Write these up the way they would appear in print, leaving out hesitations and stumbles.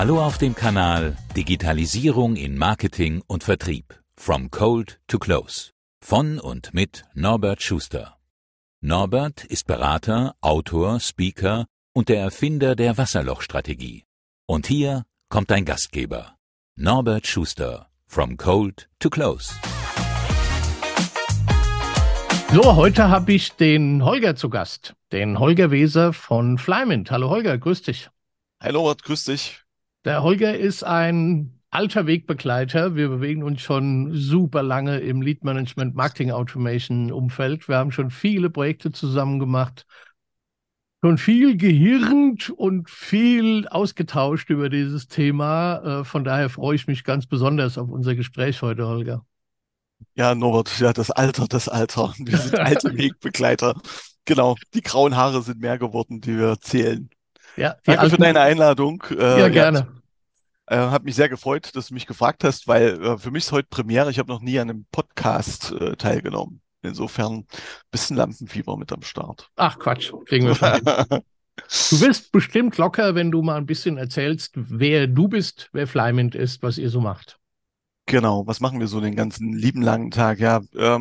Hallo auf dem Kanal Digitalisierung in Marketing und Vertrieb. From Cold to Close. Von und mit Norbert Schuster. Norbert ist Berater, Autor, Speaker und der Erfinder der Wasserlochstrategie. Und hier kommt dein Gastgeber, Norbert Schuster. From Cold to Close. So, heute habe ich den Holger zu Gast, den Holger Weser von Flymint. Hallo Holger, grüß dich. Hi Norbert, grüß dich. Der Holger ist ein alter Wegbegleiter. Wir bewegen uns schon super lange im Lead Management Marketing Automation Umfeld. Wir haben schon viele Projekte zusammen gemacht, schon viel gehirnt und viel ausgetauscht über dieses Thema. Von daher freue ich mich ganz besonders auf unser Gespräch heute, Holger. Ja, Norbert, ja, das Alter. Wir sind alte Wegbegleiter. Genau, die grauen Haare sind mehr geworden, die wir zählen. Ja, Danke für deine Einladung. Ja, gerne. Hat mich sehr gefreut, dass du mich gefragt hast, weil für mich ist heute Premiere. Ich habe noch nie an einem Podcast teilgenommen. Insofern ein bisschen Lampenfieber mit am Start. Ach Quatsch, kriegen wir schon hin. Du bist bestimmt locker, wenn du mal ein bisschen erzählst, wer du bist, wer Flymint ist, was ihr so macht. Genau, was machen wir so den ganzen lieben langen Tag? Ja,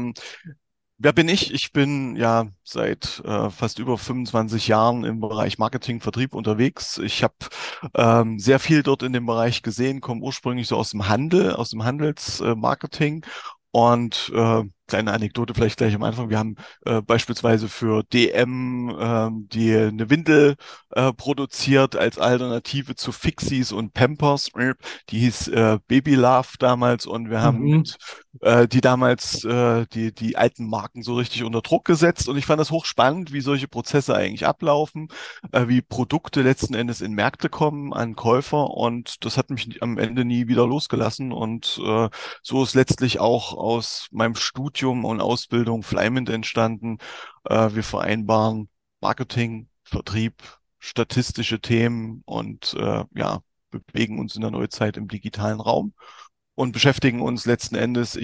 wer bin ich? Ich bin ja seit fast über 25 Jahren im Bereich Marketing, Vertrieb unterwegs. Ich habe sehr viel dort in dem Bereich gesehen, komme ursprünglich so aus dem Handel, aus dem Handelsmarketing. Und kleine Anekdote vielleicht gleich am Anfang. Wir haben beispielsweise für DM die eine Windel produziert als Alternative zu Fixies und Pampers. Die hieß Baby Love damals und wir haben die damals die alten Marken so richtig unter Druck gesetzt. Und ich fand das hochspannend, wie solche Prozesse eigentlich ablaufen, wie Produkte letzten Endes in Märkte kommen an Käufer. Und das hat mich am Ende nie wieder losgelassen. Und so ist letztlich auch aus meinem Studium und Ausbildung Flymint entstanden. Wir vereinbaren Marketing, Vertrieb, statistische Themen und bewegen uns in der Neuzeit im digitalen Raum und beschäftigen uns letzten Endes,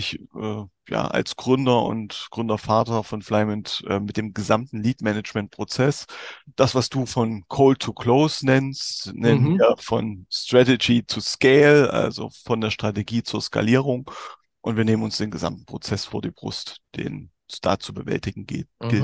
als Gründer und Gründervater von Flymint mit dem gesamten Lead-Management-Prozess. Das, was du von Cold to Close nennst, nennen wir von Strategy to Scale, also von der Strategie zur Skalierung. Und wir nehmen uns den gesamten Prozess vor die Brust, den es da zu bewältigen gilt.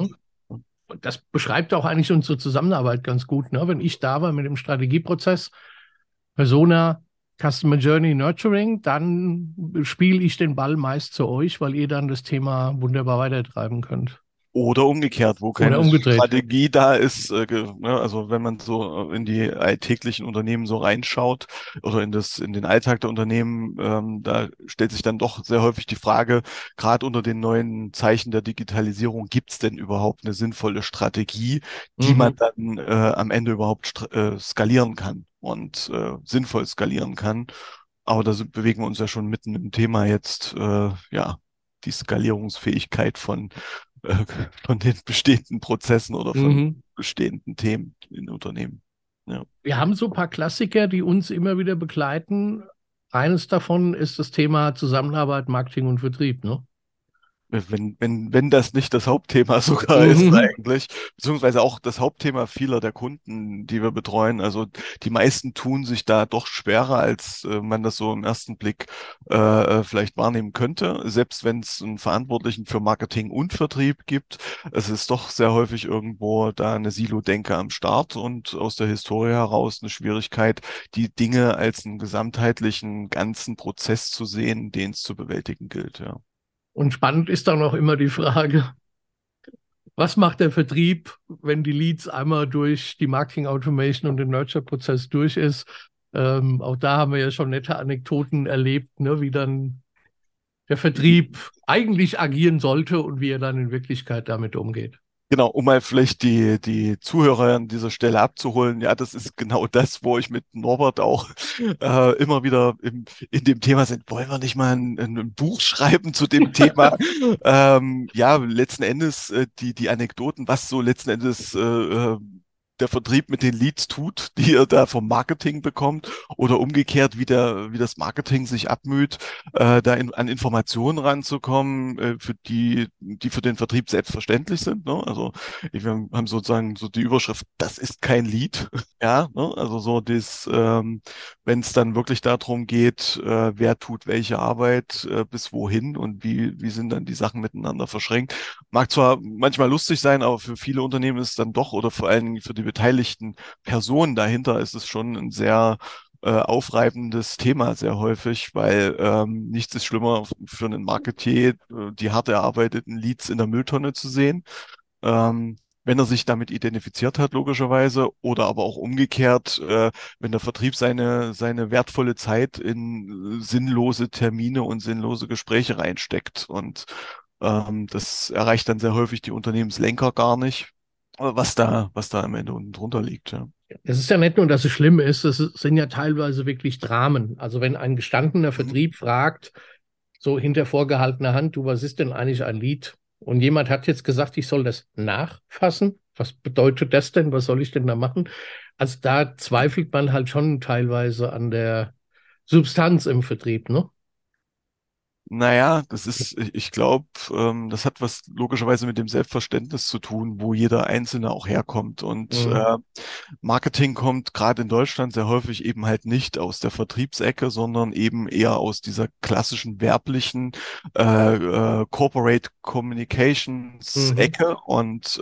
Das beschreibt auch eigentlich unsere Zusammenarbeit ganz gut, ne? Wenn ich da war mit dem Strategieprozess, Persona, Customer Journey, Nurturing, dann spiele ich den Ball meist zu euch, weil ihr dann das Thema wunderbar weitertreiben könnt. Oder umgekehrt, wo keine Strategie da ist, also wenn man so in die alltäglichen Unternehmen so reinschaut oder in den Alltag der Unternehmen, da stellt sich dann doch sehr häufig die Frage, gerade unter den neuen Zeichen der Digitalisierung, gibt es denn überhaupt eine sinnvolle Strategie, die man dann am Ende überhaupt skalieren kann und sinnvoll skalieren kann. Aber da bewegen wir uns ja schon mitten im Thema jetzt, die Skalierungsfähigkeit von den bestehenden Prozessen oder von bestehenden Themen in Unternehmen. Ja. Wir haben so ein paar Klassiker, die uns immer wieder begleiten. Eines davon ist das Thema Zusammenarbeit, Marketing und Vertrieb, ne? Wenn das nicht das Hauptthema sogar ist eigentlich, beziehungsweise auch das Hauptthema vieler der Kunden, die wir betreuen. Also die meisten tun sich da doch schwerer, als man das so im ersten Blick vielleicht wahrnehmen könnte. Selbst wenn es einen Verantwortlichen für Marketing und Vertrieb gibt, es ist doch sehr häufig irgendwo da eine Silo-Denke am Start und aus der Historie heraus eine Schwierigkeit, die Dinge als einen gesamtheitlichen, ganzen Prozess zu sehen, den es zu bewältigen gilt, ja. Und spannend ist dann auch immer die Frage, was macht der Vertrieb, wenn die Leads einmal durch die Marketing Automation und den Nurture-Prozess durch ist? Auch da haben wir ja schon nette Anekdoten erlebt, ne, wie dann der Vertrieb eigentlich agieren sollte und wie er dann in Wirklichkeit damit umgeht. Genau, um mal vielleicht die Zuhörer an dieser Stelle abzuholen. Ja, das ist genau das, wo ich mit Norbert auch immer wieder in dem Thema sind. Wollen wir nicht mal ein Buch schreiben zu dem Thema? Letzten Endes die Anekdoten, was so letzten Endes der Vertrieb mit den Leads tut, die er da vom Marketing bekommt, oder umgekehrt, wie das Marketing sich abmüht, an Informationen ranzukommen, die für den Vertrieb selbstverständlich sind. Ne? Also wir haben sozusagen so die Überschrift, das ist kein Lead. Ja, ne? Also so wenn es dann wirklich darum geht, wer tut welche Arbeit, bis wohin und wie sind dann die Sachen miteinander verschränkt. Mag zwar manchmal lustig sein, aber für viele Unternehmen ist es dann doch, oder vor allen Dingen für die beteiligten Personen dahinter, ist es schon ein sehr aufreibendes Thema sehr häufig, weil nichts ist schlimmer für einen Marketier, die hart erarbeiteten Leads in der Mülltonne zu sehen. Wenn er sich damit identifiziert hat, logischerweise, oder aber auch umgekehrt, wenn der Vertrieb seine wertvolle Zeit in sinnlose Termine und sinnlose Gespräche reinsteckt. Und das erreicht dann sehr häufig die Unternehmenslenker gar nicht, was da am Ende unten drunter liegt. Ja. Es ist ja nicht nur, dass es schlimm ist, sind ja teilweise wirklich Dramen. Also wenn ein gestandener Mhm. Vertrieb fragt, so hinter vorgehaltener Hand, du, was ist denn eigentlich ein Lied? Und jemand hat jetzt gesagt, ich soll das nachfassen. Was bedeutet das denn? Was soll ich denn da machen? Also da zweifelt man halt schon teilweise an der Substanz im Vertrieb, ne? Naja, ich glaube, das hat was logischerweise mit dem Selbstverständnis zu tun, wo jeder Einzelne auch herkommt. Und Mhm. Marketing kommt gerade in Deutschland sehr häufig eben halt nicht aus der Vertriebsecke, sondern eben eher aus dieser klassischen werblichen Corporate Communications Mhm. Ecke und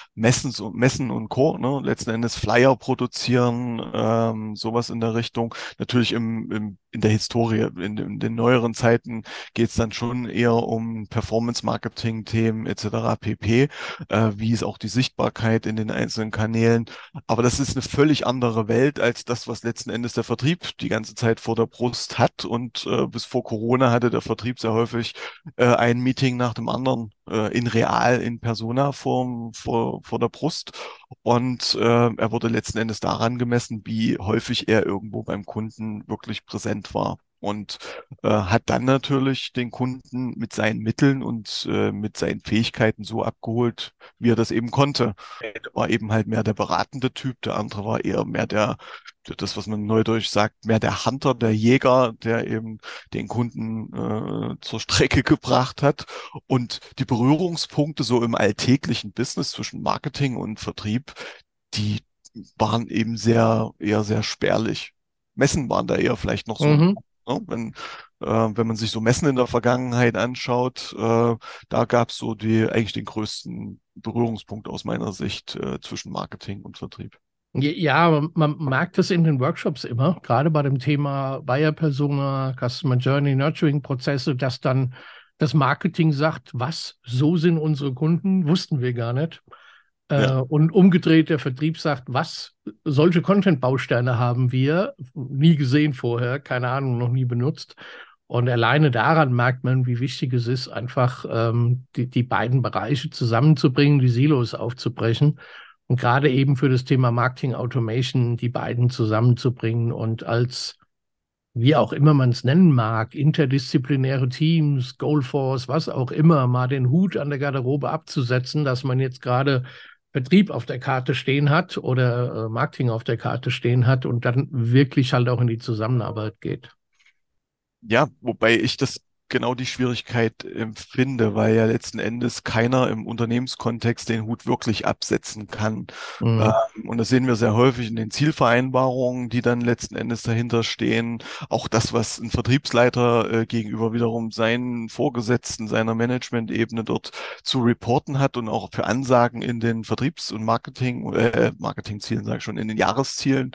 Messen und Co. Ne? Letzten Endes Flyer produzieren, sowas in der Richtung. Natürlich in der Historie, in den neueren Zeiten geht es dann schon eher um Performance-Marketing-Themen etc. pp, wie ist auch die Sichtbarkeit in den einzelnen Kanälen. Aber das ist eine völlig andere Welt als das, was letzten Endes der Vertrieb die ganze Zeit vor der Brust hat. Und bis vor Corona hatte der Vertrieb sehr häufig ein Meeting nach dem anderen in Persona vor der Brust. Und er wurde letzten Endes daran gemessen, wie häufig er irgendwo beim Kunden wirklich präsent war. Und hat dann natürlich den Kunden mit seinen Mitteln und mit seinen Fähigkeiten so abgeholt, wie er das eben konnte. Er war eben halt mehr der beratende Typ, der andere war eher mehr das, was man neudeutsch sagt, mehr der Hunter, der Jäger, der eben den Kunden zur Strecke gebracht hat. Und die Berührungspunkte so im alltäglichen Business zwischen Marketing und Vertrieb, die waren eben eher sehr spärlich. Messen waren da eher vielleicht noch so ein Mhm. Punkt, ne? Wenn man sich so Messen in der Vergangenheit anschaut, da gab es so eigentlich den größten Berührungspunkt aus meiner Sicht zwischen Marketing und Vertrieb. Ja, man merkt das in den Workshops immer, gerade bei dem Thema Buyer Persona, Customer Journey, Nurturing-Prozesse, dass dann das Marketing sagt, was, so sind unsere Kunden, wussten wir gar nicht. Ja. Und umgedreht der Vertrieb sagt, was, solche Content-Bausteine haben wir nie gesehen vorher, keine Ahnung, noch nie benutzt. Und alleine daran merkt man, wie wichtig es ist, einfach die beiden Bereiche zusammenzubringen, die Silos aufzubrechen. Und gerade eben für das Thema Marketing Automation die beiden zusammenzubringen und als, wie auch immer man es nennen mag, interdisziplinäre Teams, Goalforce, was auch immer, mal den Hut an der Garderobe abzusetzen, dass man jetzt gerade Vertrieb auf der Karte stehen hat oder Marketing auf der Karte stehen hat und dann wirklich halt auch in die Zusammenarbeit geht. Ja, wobei ich das genau die Schwierigkeit empfinde, weil ja letzten Endes keiner im Unternehmenskontext den Hut wirklich absetzen kann. Mhm. Und das sehen wir sehr häufig in den Zielvereinbarungen, die dann letzten Endes dahinter stehen. Auch das, was ein Vertriebsleiter gegenüber wiederum seinen Vorgesetzten, seiner Management-Ebene dort zu reporten hat und auch für Ansagen in den Vertriebs- und Marketingzielen, sage ich schon, in den Jahreszielen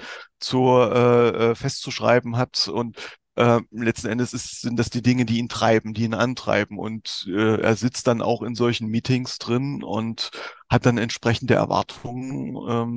festzuschreiben hat. Und letzten Endes sind das die Dinge, die ihn treiben, die ihn antreiben. Und er sitzt dann auch in solchen Meetings drin und hat dann entsprechende Erwartungen,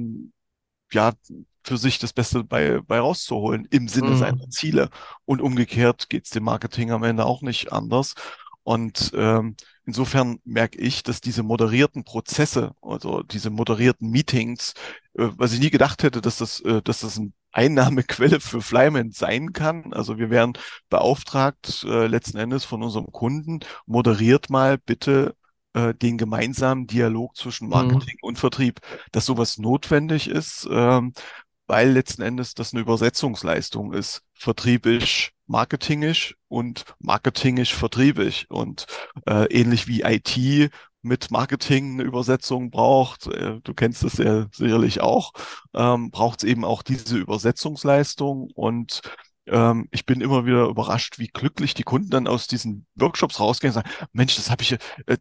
ja, für sich das Beste bei rauszuholen im Sinne seiner Mhm. Ziele. Und umgekehrt geht es dem Marketing am Ende auch nicht anders. Und insofern merke ich, dass diese moderierten Prozesse, also diese moderierten Meetings, was ich nie gedacht hätte, dass das eine Einnahmequelle für Flyman sein kann. Also wir werden beauftragt, letzten Endes von unserem Kunden, moderiert mal bitte den gemeinsamen Dialog zwischen Mhm. Marketing und Vertrieb, dass sowas notwendig ist, weil letzten Endes das eine Übersetzungsleistung ist. Vertriebisch, marketingisch und marketingisch, vertriebisch. Und ähnlich wie IT mit Marketing eine Übersetzung braucht, du kennst das ja sicherlich auch, braucht es eben auch diese Übersetzungsleistung. Und ich bin immer wieder überrascht, wie glücklich die Kunden dann aus diesen Workshops rausgehen und sagen, Mensch, das habe ich,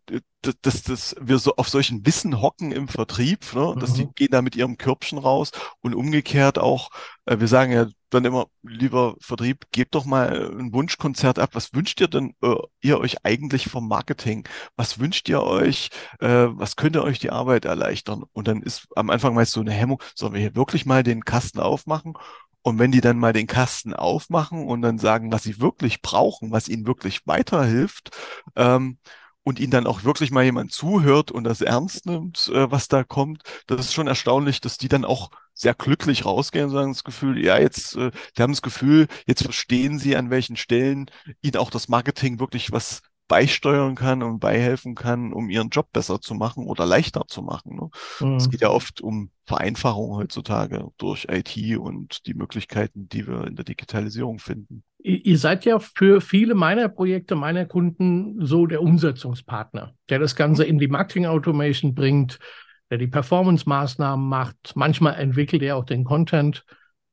dass wir so auf solchen Wissen hocken im Vertrieb, ne, dass die Mhm. gehen da mit ihrem Körbchen raus und umgekehrt auch, wir sagen ja dann immer, lieber Vertrieb, gebt doch mal ein Wunschkonzert ab. Was wünscht ihr denn, ihr euch eigentlich vom Marketing? Was wünscht ihr euch? Was könnte euch die Arbeit erleichtern? Und dann ist am Anfang meist so eine Hemmung, sollen wir hier wirklich mal den Kasten aufmachen? Und wenn die dann mal den Kasten aufmachen und dann sagen, was sie wirklich brauchen, was ihnen wirklich weiterhilft, ähm, und ihnen dann auch wirklich mal jemand zuhört und das ernst nimmt, was da kommt, das ist schon erstaunlich, dass die dann auch sehr glücklich rausgehen und sagen das Gefühl, ja, jetzt, die haben das Gefühl, jetzt verstehen sie, an welchen Stellen ihnen auch das Marketing wirklich was beisteuern kann und beihelfen kann, um ihren Job besser zu machen oder leichter zu machen. Ne? Es geht Mhm. ja oft um Vereinfachung heutzutage durch IT und die Möglichkeiten, die wir in der Digitalisierung finden. Ihr seid ja für viele meiner Projekte, meiner Kunden so der Umsetzungspartner, der das Hm? Ganze in die Marketing Automation bringt, der die Performance-Maßnahmen macht. Manchmal entwickelt er auch den Content.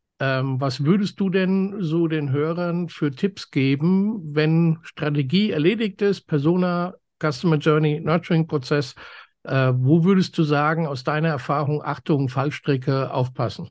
Was würdest du denn so den Hörern für Tipps geben, wenn Strategie erledigt ist, Persona, Customer Journey, Nurturing-Prozess? Wo würdest du sagen, aus deiner Erfahrung, Achtung, Fallstricke, aufpassen?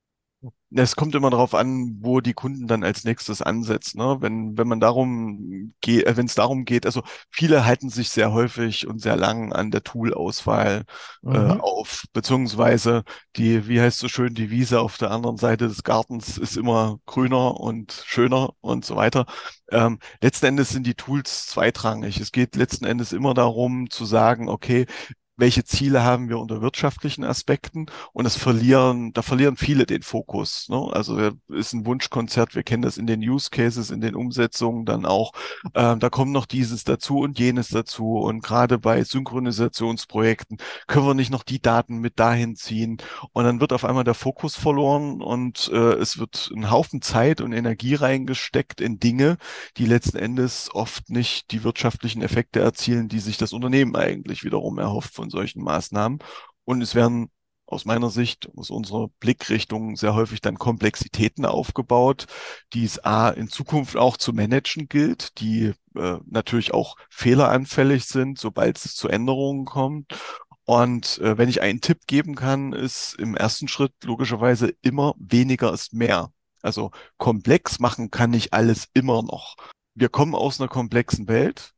Es kommt immer darauf an, wo die Kunden dann als nächstes ansetzen. Ne? Wenn man darum geht, wenn es darum geht, also viele halten sich sehr häufig und sehr lang an der Tool-Auswahl Mhm. auf, beziehungsweise wie heißt so schön, die Wiese auf der anderen Seite des Gartens ist immer grüner und schöner und so weiter. Letzten Endes sind die Tools zweitrangig. Es geht letzten Endes immer darum zu sagen, okay, welche Ziele haben wir unter wirtschaftlichen Aspekten und da verlieren viele den Fokus. Ne? Also ist ein Wunschkonzert, wir kennen das in den Use Cases, in den Umsetzungen dann auch. Da kommt noch dieses dazu und jenes dazu und gerade bei Synchronisationsprojekten können wir nicht noch die Daten mit dahin ziehen und dann wird auf einmal der Fokus verloren und es wird ein Haufen Zeit und Energie reingesteckt in Dinge, die letzten Endes oft nicht die wirtschaftlichen Effekte erzielen, die sich das Unternehmen eigentlich wiederum erhofft von solchen Maßnahmen. Und es werden aus meiner Sicht, aus unserer Blickrichtung sehr häufig dann Komplexitäten aufgebaut, die es in Zukunft auch zu managen gilt, die natürlich auch fehleranfällig sind, sobald es zu Änderungen kommt. Und wenn ich einen Tipp geben kann, ist im ersten Schritt logischerweise immer weniger ist mehr. Also komplex machen kann ich alles immer noch. Wir kommen aus einer komplexen Welt.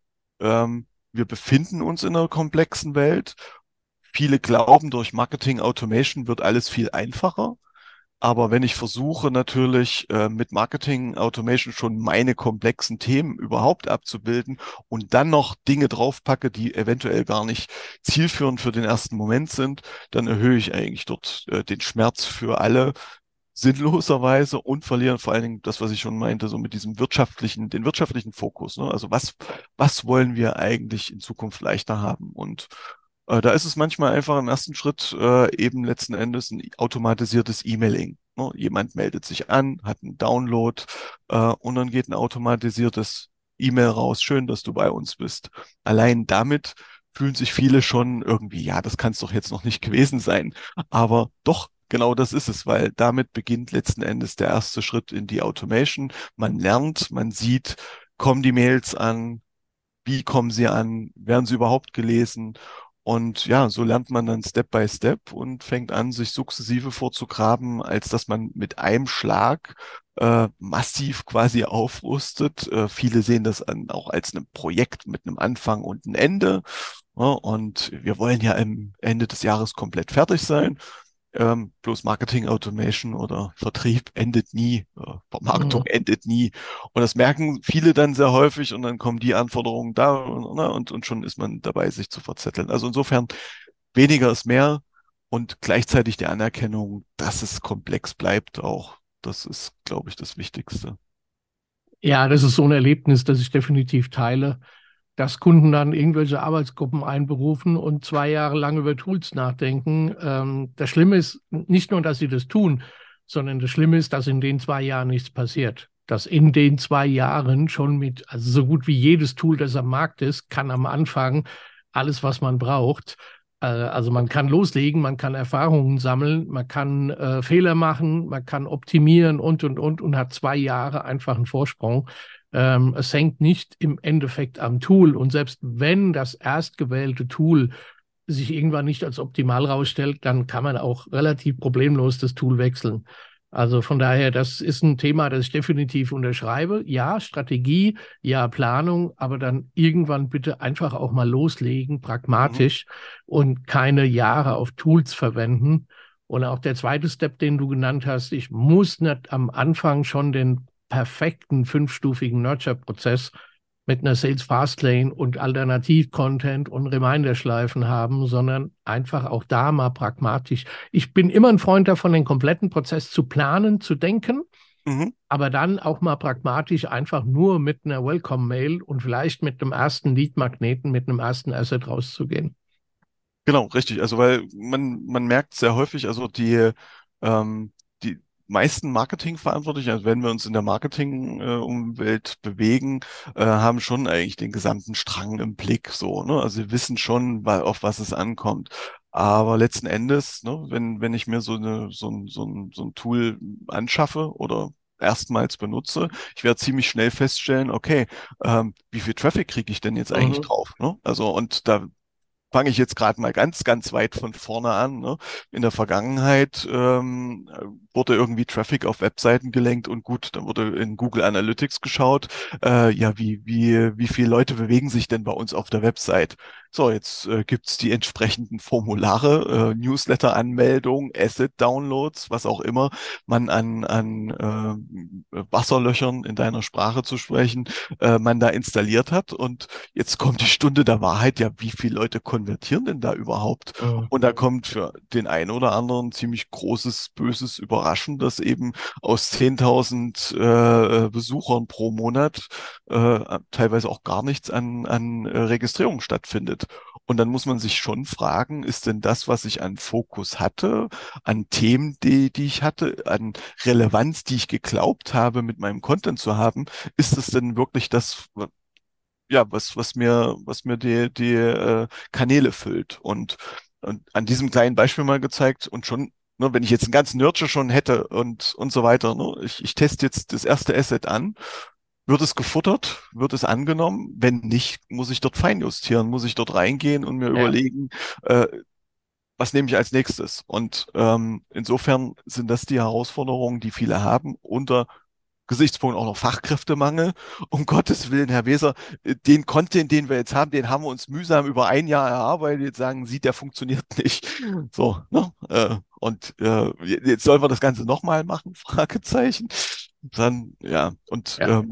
Wir befinden uns in einer komplexen Welt. Viele glauben, durch Marketing Automation wird alles viel einfacher. Aber wenn ich versuche natürlich mit Marketing Automation schon meine komplexen Themen überhaupt abzubilden und dann noch Dinge draufpacke, die eventuell gar nicht zielführend für den ersten Moment sind, dann erhöhe ich eigentlich dort den Schmerz für alle sinnloserweise und verlieren vor allen Dingen das, was ich schon meinte, so mit diesem den wirtschaftlichen Fokus. Ne? Also was wollen wir eigentlich in Zukunft leichter haben? Und da ist es manchmal einfach im ersten Schritt eben letzten Endes ein automatisiertes E-Mailing. Ne? Jemand meldet sich an, hat einen Download und dann geht ein automatisiertes E-Mail raus. Schön, dass du bei uns bist. Allein damit fühlen sich viele schon irgendwie, ja, das kann es doch jetzt noch nicht gewesen sein. Aber doch, genau das ist es, weil damit beginnt letzten Endes der erste Schritt in die Automation. Man lernt, man sieht, kommen die Mails an, wie kommen sie an, werden sie überhaupt gelesen? Und ja, so lernt man dann Step by Step und fängt an, sich sukzessive vorzugraben, als dass man mit einem Schlag massiv quasi aufrüstet. Viele sehen das auch als ein Projekt mit einem Anfang und einem Ende. Ja, und wir wollen ja am Ende des Jahres komplett fertig sein. Bloß Marketing Automation oder Vertrieb endet nie, Vermarktung Mhm. endet nie. Und das merken viele dann sehr häufig und dann kommen die Anforderungen da und schon ist man dabei, sich zu verzetteln. Also insofern weniger ist mehr und gleichzeitig die Anerkennung, dass es komplex bleibt auch. Das ist, glaube ich, das Wichtigste. Ja, das ist so ein Erlebnis, das ich definitiv teile. dass Kunden dann irgendwelche Arbeitsgruppen einberufen und 2 Jahre lang über Tools nachdenken. Das Schlimme ist nicht nur, dass sie das tun, sondern das Schlimme ist, dass in den 2 Jahren nichts passiert. Dass in den 2 Jahren schon also so gut wie jedes Tool, das am Markt ist, kann am Anfang alles, was man braucht. Also man kann loslegen, man kann Erfahrungen sammeln, man kann Fehler machen, man kann optimieren und hat 2 Jahre einfach einen Vorsprung. Es hängt nicht im Endeffekt am Tool. Und selbst wenn das erstgewählte Tool sich irgendwann nicht als optimal rausstellt, dann kann man auch relativ problemlos das Tool wechseln. Also von daher, das ist ein Thema, das ich definitiv unterschreibe. Ja, Strategie, ja, Planung, aber dann irgendwann bitte einfach auch mal loslegen, Mhm. pragmatisch und keine Jahre auf Tools verwenden. Und auch der zweite Step, den du genannt hast, ich muss nicht am Anfang schon den perfekten fünfstufigen Nurture-Prozess mit einer Sales Fastlane und Alternativ-Content und Reminder-Schleifen haben, sondern einfach auch da mal pragmatisch. Ich bin immer ein Freund davon, den kompletten Prozess zu planen, zu denken, Mhm. aber dann auch mal pragmatisch einfach nur mit einer Welcome-Mail und vielleicht mit einem ersten Lead-Magneten, mit einem ersten Asset rauszugehen. Genau, richtig. Also weil man merkt sehr häufig, also die meisten Marketingverantwortlichen, also wenn wir uns in der Marketing-Umwelt bewegen, haben schon eigentlich den gesamten Strang im Blick, so, ne? Also sie wissen schon, auf was es ankommt. Aber letzten Endes, ne, wenn ich mir so ein Tool anschaffe oder erstmals benutze, ich werde ziemlich schnell feststellen, okay, wie viel Traffic kriege ich denn jetzt eigentlich Mhm. drauf, ne? Also und da fange ich jetzt gerade mal ganz weit von vorne an. Ne? In der Vergangenheit wurde irgendwie Traffic auf Webseiten gelenkt und gut, dann wurde in Google Analytics geschaut, ja, wie viele Leute bewegen sich denn bei uns auf der Website? So, jetzt gibt's die entsprechenden Formulare, Newsletter-Anmeldung, Asset-Downloads, was auch immer man an Wasserlöchern in deiner Sprache zu sprechen, man da installiert hat. Und jetzt kommt die Stunde der Wahrheit, ja, wie viele Leute konvertieren denn da überhaupt? Mhm. Und da kommt für den einen oder anderen ziemlich großes, böses Überraschen, dass eben aus 10.000 Besuchern pro Monat teilweise auch gar nichts an Registrierung stattfindet. Und dann muss man sich schon fragen, ist denn das, was ich an Fokus hatte, an Themen, die ich hatte, an Relevanz, die ich geglaubt habe, mit meinem Content zu haben, ist es denn wirklich das, ja, was mir die Kanäle füllt. Und an diesem kleinen Beispiel mal gezeigt und schon, ne, wenn ich jetzt einen ganzen Nurture schon hätte und so weiter, ne, ich teste jetzt das erste Asset an, wird es gefuttert, wird es angenommen? Wenn nicht, muss ich dort feinjustieren, muss ich dort reingehen und mir Ja. überlegen, was nehme ich als nächstes? Und insofern sind das die Herausforderungen, die viele haben, unter Gesichtspunkt auch noch Fachkräftemangel. Um Gottes Willen, Herr Weser, den Content, den wir jetzt haben, den haben wir uns mühsam über ein Jahr erarbeitet. Jetzt sagen Sie, der funktioniert nicht. So, ne? Jetzt sollen wir das Ganze nochmal machen? Fragezeichen. Dann, ja, und Ja.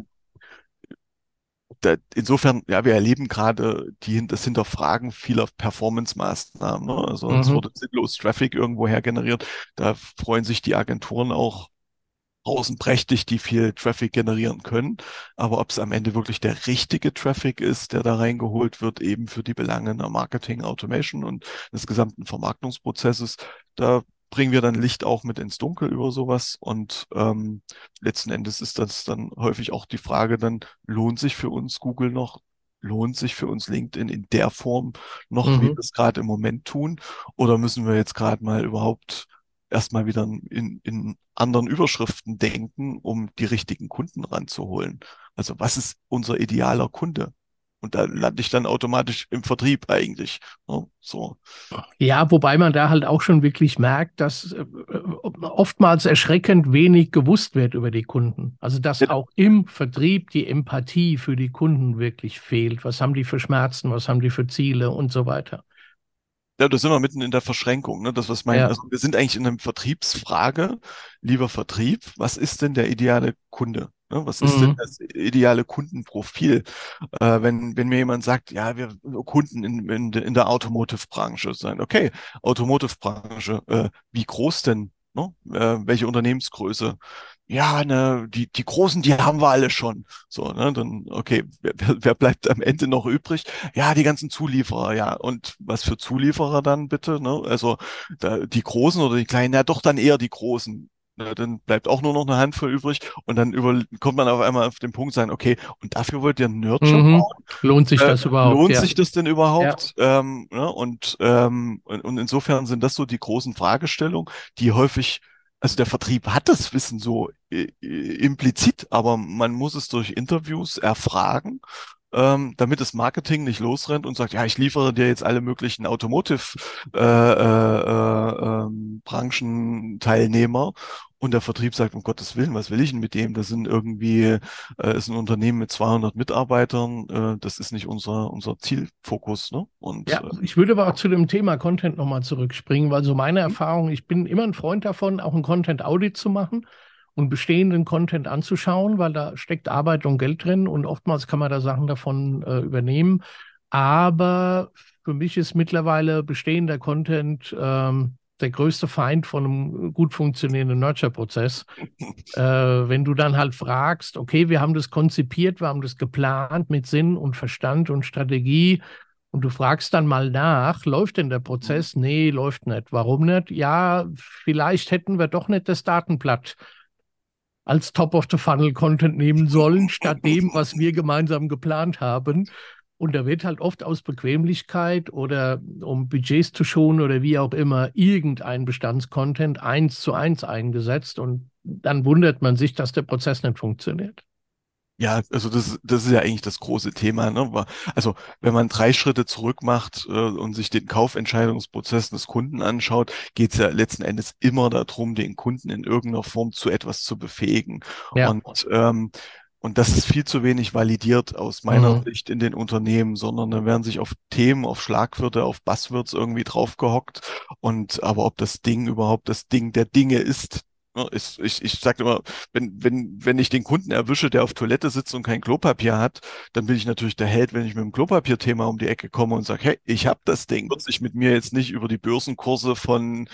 insofern, ja, wir erleben gerade das Hinterfragen vieler Performance-Maßnahmen. Ne? Also es Mhm. wurde sinnlos Traffic irgendwoher generiert. Da freuen sich die Agenturen auch pausenprächtig, die viel Traffic generieren können. Aber ob es am Ende wirklich der richtige Traffic ist, der da reingeholt wird, eben für die Belange der Marketing, Automation und des gesamten Vermarktungsprozesses, da bringen wir dann Licht auch mit ins Dunkel über sowas. Und letzten Endes ist das dann häufig auch die Frage, dann lohnt sich für uns Google noch? Lohnt sich für uns LinkedIn in der Form noch, wie wir Mhm. es gerade im Moment tun? Oder müssen wir jetzt gerade mal überhaupt erstmal wieder in anderen Überschriften denken, um die richtigen Kunden ranzuholen. Also was ist unser idealer Kunde? Und da lande ich dann automatisch im Vertrieb eigentlich. Ne? So. Ja, wobei man da halt auch schon wirklich merkt, dass oftmals erschreckend wenig gewusst wird über die Kunden. Also dass Ja, auch im Vertrieb die Empathie für die Kunden wirklich fehlt. Was haben die für Schmerzen, was haben die für Ziele und so weiter. ja, da sind wir mitten in der Verschränkung, ne? Das, was Ja. also wir sind eigentlich in einer Vertriebsfrage, lieber Vertrieb, was ist denn der ideale Kunde? Ne? Was ist denn Mhm. das ideale Kundenprofil? Wenn mir jemand sagt, ja, wir Kunden in der Automotive-Branche sein, okay, Automotive-Branche, wie groß denn? Ne? Welche Unternehmensgröße? ja, ne, die Großen, die haben wir alle schon. So, ne, dann, okay, wer bleibt am Ende noch übrig? Ja, die ganzen Zulieferer, ja. Und was für Zulieferer dann bitte, ne? Also, die Großen oder die Kleinen, ja, doch dann eher die Großen. Ne, dann bleibt auch nur noch eine Handvoll übrig und dann kommt man auf einmal auf den Punkt sagen, okay, und dafür wollt ihr einen Nerdshop Mhm. bauen? Lohnt sich das überhaupt? Lohnt Ja. sich das denn Ja. überhaupt? Ne? Und insofern sind das so die großen Fragestellungen, die häufig, also der Vertrieb hat das Wissen so implizit, aber man muss es durch Interviews erfragen, damit das Marketing nicht losrennt und sagt, ja, ich liefere dir jetzt alle möglichen Branchenteilnehmer. Und der Vertrieb sagt, um Gottes Willen, was will ich denn mit dem? Das sind irgendwie ist ein Unternehmen mit 200 Mitarbeitern. Das ist nicht unser Zielfokus, ne? Und Ja, ich würde aber auch zu dem Thema Content nochmal zurückspringen, weil so meine hm, Erfahrung, ich bin immer ein Freund davon, auch ein Content-Audit zu machen und bestehenden Content anzuschauen, weil da steckt Arbeit und Geld drin und oftmals kann man da Sachen davon übernehmen. Aber für mich ist mittlerweile bestehender Content der größte Feind von einem gut funktionierenden Nurture-Prozess. Wenn du dann halt fragst, okay, wir haben das konzipiert, wir haben das geplant mit Sinn und Verstand und Strategie und du fragst dann mal nach, läuft denn der hm, Prozess? Nee, läuft nicht. Warum nicht? Ja, vielleicht hätten wir doch nicht das Datenblatt als Top-of-the-Funnel-Content nehmen sollen, statt dem, was wir gemeinsam geplant haben. Und da wird halt oft aus Bequemlichkeit oder um Budgets zu schonen oder wie auch immer irgendein Bestandscontent 1:1 eingesetzt. Und dann wundert man sich, dass der Prozess nicht funktioniert. ja, also das ist ja eigentlich das große Thema, ne? Also wenn man 3 Schritte zurück macht und sich den Kaufentscheidungsprozess des Kunden anschaut, geht es ja letzten Endes immer darum, den Kunden in irgendeiner Form zu etwas zu befähigen. Ja. Und das ist viel zu wenig validiert aus meiner Mhm. Sicht in den Unternehmen, sondern da werden sich auf Themen, auf Schlagwörter, auf Buzzwords irgendwie draufgehockt. Und aber ob das Ding überhaupt das Ding der Dinge ist, ne, ich sage immer, wenn ich den Kunden erwische, der auf Toilette sitzt und kein Klopapier hat, dann bin ich natürlich der Held, wenn ich mit dem Klopapierthema um die Ecke komme und sage, hey, ich habe das Ding. Wird sich mit mir jetzt nicht über die Börsenkurse von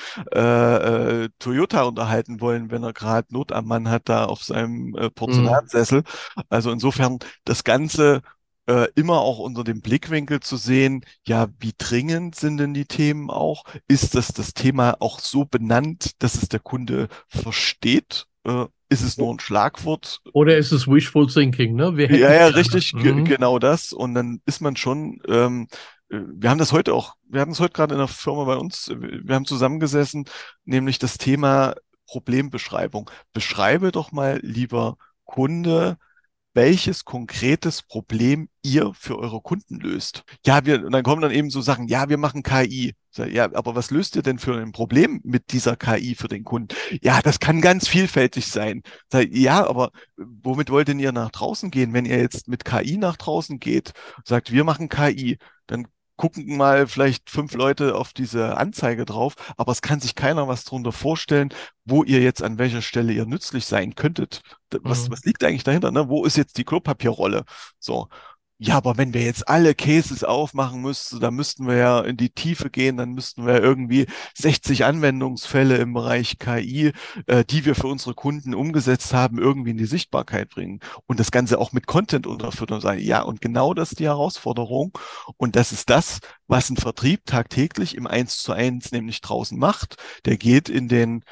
Toyota unterhalten wollen, wenn er gerade Not am Mann hat da auf seinem Mhm. Porzellansessel. Also insofern das Ganze immer auch unter dem Blickwinkel zu sehen, ja, wie dringend sind denn die Themen auch? Ist das Thema auch so benannt, dass es der Kunde versteht? Ist es nur ein Schlagwort? Oder ist es Wishful Thinking, ne? Wir Ja, hätten es ja, gerne. richtig, Mhm. genau das. Und dann ist man schon, wir haben das heute auch, wir hatten es heute gerade in der Firma bei uns, wir haben zusammengesessen, nämlich das Thema Problembeschreibung. Beschreibe doch mal, lieber Kunde, welches konkretes Problem ihr für eure Kunden löst. Ja, und dann kommen dann eben so Sachen, ja, wir machen KI. Sag, ja, aber was löst ihr denn für ein Problem mit dieser KI für den Kunden? Ja, das kann ganz vielfältig sein. Sag, ja, aber womit wollt denn ihr nach draußen gehen, wenn ihr jetzt mit KI nach draußen geht? Sagt, wir machen KI, dann gucken mal vielleicht 5 Leute auf diese Anzeige drauf, aber es kann sich keiner was darunter vorstellen, wo ihr jetzt an welcher Stelle ihr nützlich sein könntet. Mhm. Was liegt eigentlich dahinter, ne? Wo ist jetzt die Klopapierrolle? So. Ja, aber wenn wir jetzt alle Cases aufmachen müssten, dann müssten wir ja in die Tiefe gehen, dann müssten wir irgendwie 60 Anwendungsfälle im Bereich KI, die wir für unsere Kunden umgesetzt haben, irgendwie in die Sichtbarkeit bringen und das Ganze auch mit Content unterfüttern und sagen, ja, und genau das ist die Herausforderung und das ist das, was ein Vertrieb tagtäglich im 1:1 nämlich draußen macht. Der geht in den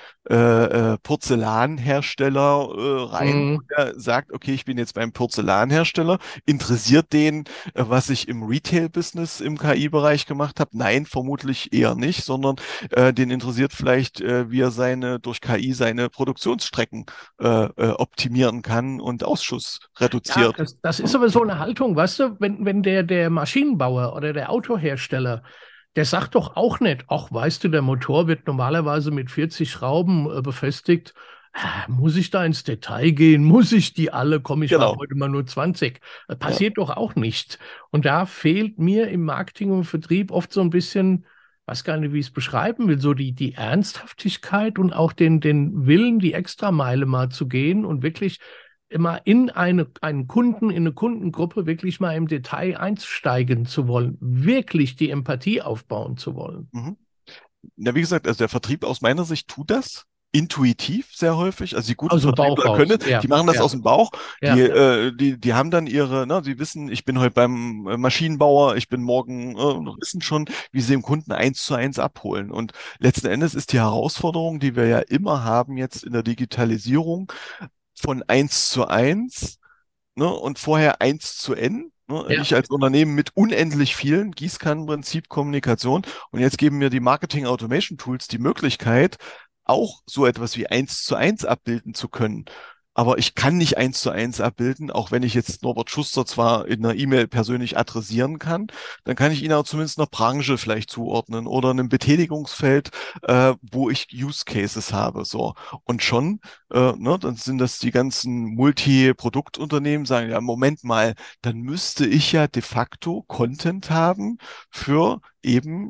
Porzellanhersteller rein Mhm. und er sagt, okay, ich bin jetzt beim Porzellanhersteller. Interessiert den, was ich im Retail-Business im KI-Bereich gemacht habe? Nein, vermutlich eher nicht, sondern den interessiert vielleicht, wie er durch KI seine Produktionsstrecken optimieren kann und Ausschuss Ja, reduziert. das ist Hm? aber so eine Haltung, weißt du, wenn der Maschinenbauer oder der Autohersteller, der sagt doch auch nicht, ach, weißt du, der Motor wird normalerweise mit 40 Schrauben befestigt. Muss ich da ins Detail gehen? Muss ich die alle? Komm, ich mache Genau. heute mal nur 20. Ja. Passiert doch auch nicht. Und da fehlt mir im Marketing und Vertrieb oft so ein bisschen, weiß gar nicht, wie ich es beschreiben will, so die Ernsthaftigkeit und auch den Willen, die Extrameile mal zu gehen und wirklich immer in einen Kunden, in eine Kundengruppe wirklich mal im Detail einsteigen zu wollen, wirklich die Empathie aufbauen zu wollen. Mhm. Ja, wie gesagt, also der Vertrieb aus meiner Sicht tut das. intuitiv sehr häufig. Also die guten Aus dem Bauch Vertriebler raus. können, Ja, die machen das ja, aus dem Bauch. ja, Die haben dann ihre, ne, sie wissen, ich bin heute beim Maschinenbauer, ich bin morgen, wissen schon, wie sie den Kunden 1:1 abholen. Und letzten Endes ist die Herausforderung, die wir ja immer haben jetzt in der Digitalisierung, von 1:1, ne, und vorher 1:n. Ne? ja, Ich als Unternehmen mit unendlich vielen, Gießkannenprinzip Kommunikation. Und jetzt geben mir die Marketing Automation Tools die Möglichkeit, auch so etwas wie 1:1 abbilden zu können. Aber ich kann nicht 1:1 abbilden, auch wenn ich jetzt Norbert Schuster zwar in einer E-Mail persönlich adressieren kann, dann kann ich ihn auch zumindest einer Branche vielleicht zuordnen oder einem Betätigungsfeld, wo ich Use Cases habe. So. Und schon, ne, dann sind das die ganzen Multi-Produktunternehmen, sagen, ja, Moment mal, dann müsste ich ja de facto Content haben für eben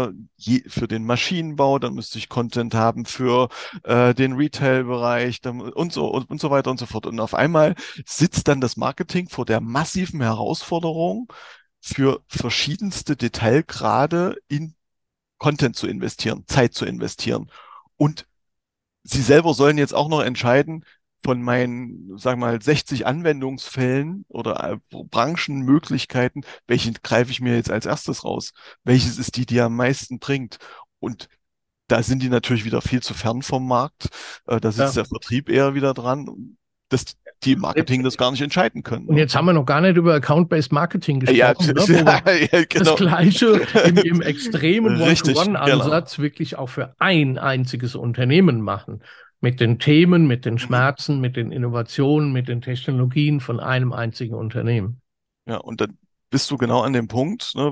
für den Maschinenbau, dann müsste ich Content haben für den Retail-Bereich und so weiter und so fort. Und auf einmal sitzt dann das Marketing vor der massiven Herausforderung, für verschiedenste Detailgrade in Content zu investieren, Zeit zu investieren. Und Sie selber sollen jetzt auch noch entscheiden, von meinen, sagen wir mal, 60 Anwendungsfällen oder Branchenmöglichkeiten, welchen greife ich mir jetzt als erstes raus? Welches ist die am meisten bringt? Und da sind die natürlich wieder viel zu fern vom Markt. Da sitzt ja. der Vertrieb eher wieder dran, dass die im Marketing das gar nicht entscheiden können. Und Ne? jetzt haben wir noch gar nicht über Account-Based Marketing Ja, gesprochen, ne, wo wir ja, das genau. Gleiche im extremen Richtig, genau. One-to-One-Ansatz wirklich auch für ein einziges Unternehmen machen. Mit den Themen, mit den Mhm. Schmerzen, mit den Innovationen, mit den Technologien von einem einzigen Unternehmen. Ja, und dann bist du genau an dem Punkt, ne,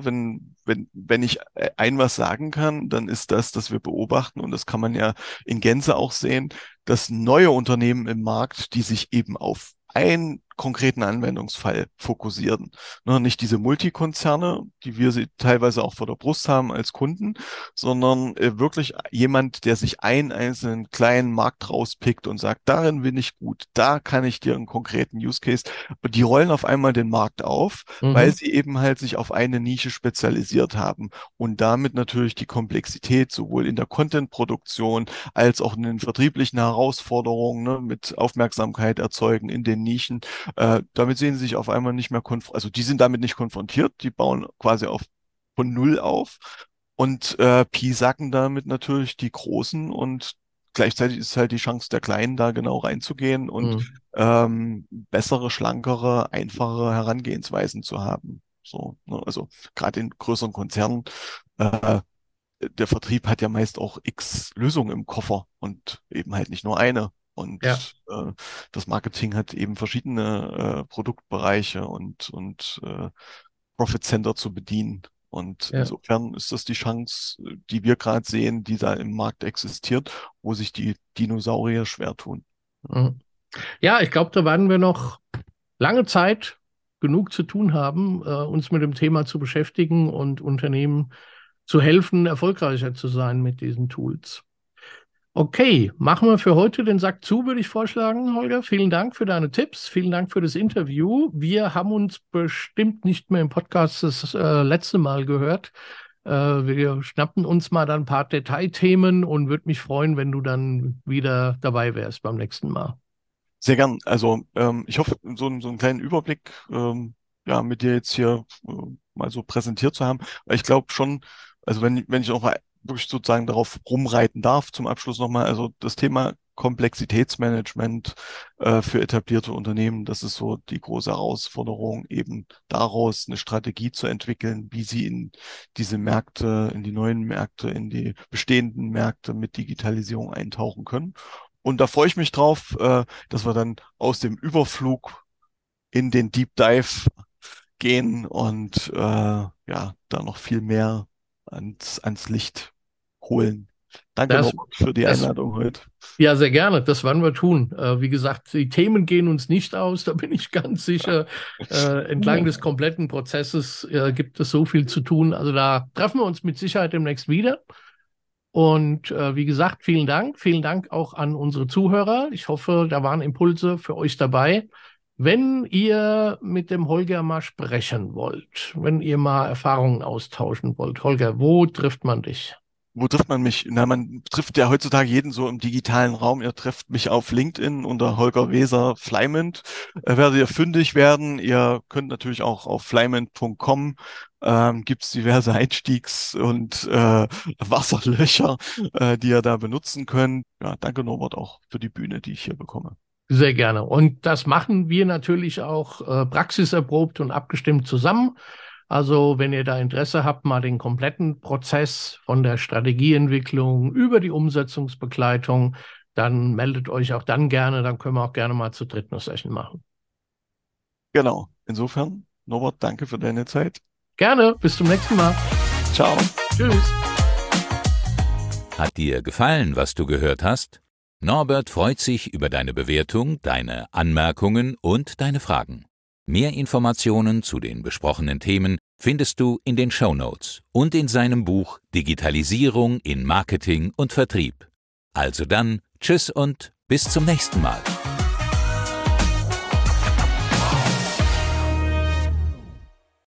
wenn ich ein was sagen kann, dann ist das, dass wir beobachten, und das kann man ja in Gänze auch sehen, dass neue Unternehmen im Markt, die sich eben auf einen konkreten Anwendungsfall fokussieren. Ne, nicht diese Multikonzerne, die wir sie teilweise auch vor der Brust haben als Kunden, sondern wirklich jemand, der sich einen einzelnen kleinen Markt rauspickt und sagt, darin bin ich gut, da kann ich dir einen konkreten Use Case. Und die rollen auf einmal den Markt auf, weil Mhm. sie eben halt sich auf eine Nische spezialisiert haben und damit natürlich die Komplexität sowohl in der Content-Produktion als auch in den vertrieblichen Herausforderungen, ne, mit Aufmerksamkeit erzeugen in den Nischen. Damit sehen sie sich auf einmal nicht mehr also die sind damit nicht konfrontiert, die bauen quasi von Null auf und piesacken damit natürlich die Großen, und gleichzeitig ist halt die Chance der Kleinen, da genau reinzugehen und Mhm. bessere, schlankere, einfachere Herangehensweisen zu haben. So, ne? Also gerade in größeren Konzernen, äh, der Vertrieb hat ja meist auch x Lösungen im Koffer und eben halt nicht nur eine. Ja, Und das Marketing hat eben verschiedene Produktbereiche und Profit Center zu bedienen. Und ja. insofern ist das die Chance, die wir gerade sehen, die da im Markt existiert, wo sich die Dinosaurier schwer tun. Mhm. Ja, ich glaube, da werden wir noch lange Zeit genug zu tun haben, uns mit dem Thema zu beschäftigen und Unternehmen zu helfen, erfolgreicher zu sein mit diesen Tools. Okay, machen wir für heute den Sack zu, würde ich vorschlagen, Holger. Vielen Dank für deine Tipps, vielen Dank für das Interview. Wir haben uns bestimmt nicht mehr im Podcast das letzte Mal gehört. Wir schnappen uns mal dann ein paar Detailthemen und würde mich freuen, wenn du dann wieder dabei wärst beim nächsten Mal. Sehr gern. Also ich hoffe, so einen kleinen Überblick ja, mit dir jetzt hier mal so präsentiert zu haben. Weil ich glaube schon, also wenn ich auch mal wirklich sozusagen darauf rumreiten darf, zum Abschluss nochmal, also das Thema Komplexitätsmanagement für etablierte Unternehmen, das ist so die große Herausforderung, eben daraus eine Strategie zu entwickeln, wie sie in diese Märkte, in die neuen Märkte, in die bestehenden Märkte mit Digitalisierung eintauchen können. Und da freue ich mich drauf, dass wir dann aus dem Überflug in den Deep Dive gehen und ja, da noch viel mehr ans Licht holen. Danke Das, nochmal für die das Einladung heute. Ja, sehr gerne. Das werden wir tun. Wie gesagt, die Themen gehen uns nicht aus, da bin ich ganz sicher. Entlang des kompletten Prozesses gibt es so viel zu tun. Also da treffen wir uns mit Sicherheit demnächst wieder. Und wie gesagt, vielen Dank. Vielen Dank auch an unsere Zuhörer. Ich hoffe, da waren Impulse für euch dabei. Wenn ihr mit dem Holger mal sprechen wollt, wenn ihr mal Erfahrungen austauschen wollt, Holger, wo trifft man dich? Wo trifft man mich? Na, man trifft ja heutzutage jeden so im digitalen Raum. Ihr trefft mich auf LinkedIn unter Holger Weser Flymint. Werdet ihr fündig werden. Ihr könnt natürlich auch auf flymint.com gibt's diverse Einstiegs- und Wasserlöcher, die ihr da benutzen könnt. Ja, danke Norbert auch für die Bühne, die ich hier bekomme. Sehr gerne. Und das machen wir natürlich auch praxiserprobt und abgestimmt zusammen. Also wenn ihr da Interesse habt, mal den kompletten Prozess von der Strategieentwicklung über die Umsetzungsbegleitung, dann meldet euch auch dann gerne, dann können wir auch gerne mal zu dritt eine Session machen. Genau. Insofern, Norbert, danke für deine Zeit. Gerne, bis zum nächsten Mal. Ciao. Tschüss. Hat dir gefallen, was du gehört hast? Norbert freut sich über deine Bewertung, deine Anmerkungen und deine Fragen. Mehr Informationen zu den besprochenen Themen findest du in den Shownotes und in seinem Buch Digitalisierung in Marketing und Vertrieb. Also dann, tschüss und bis zum nächsten Mal.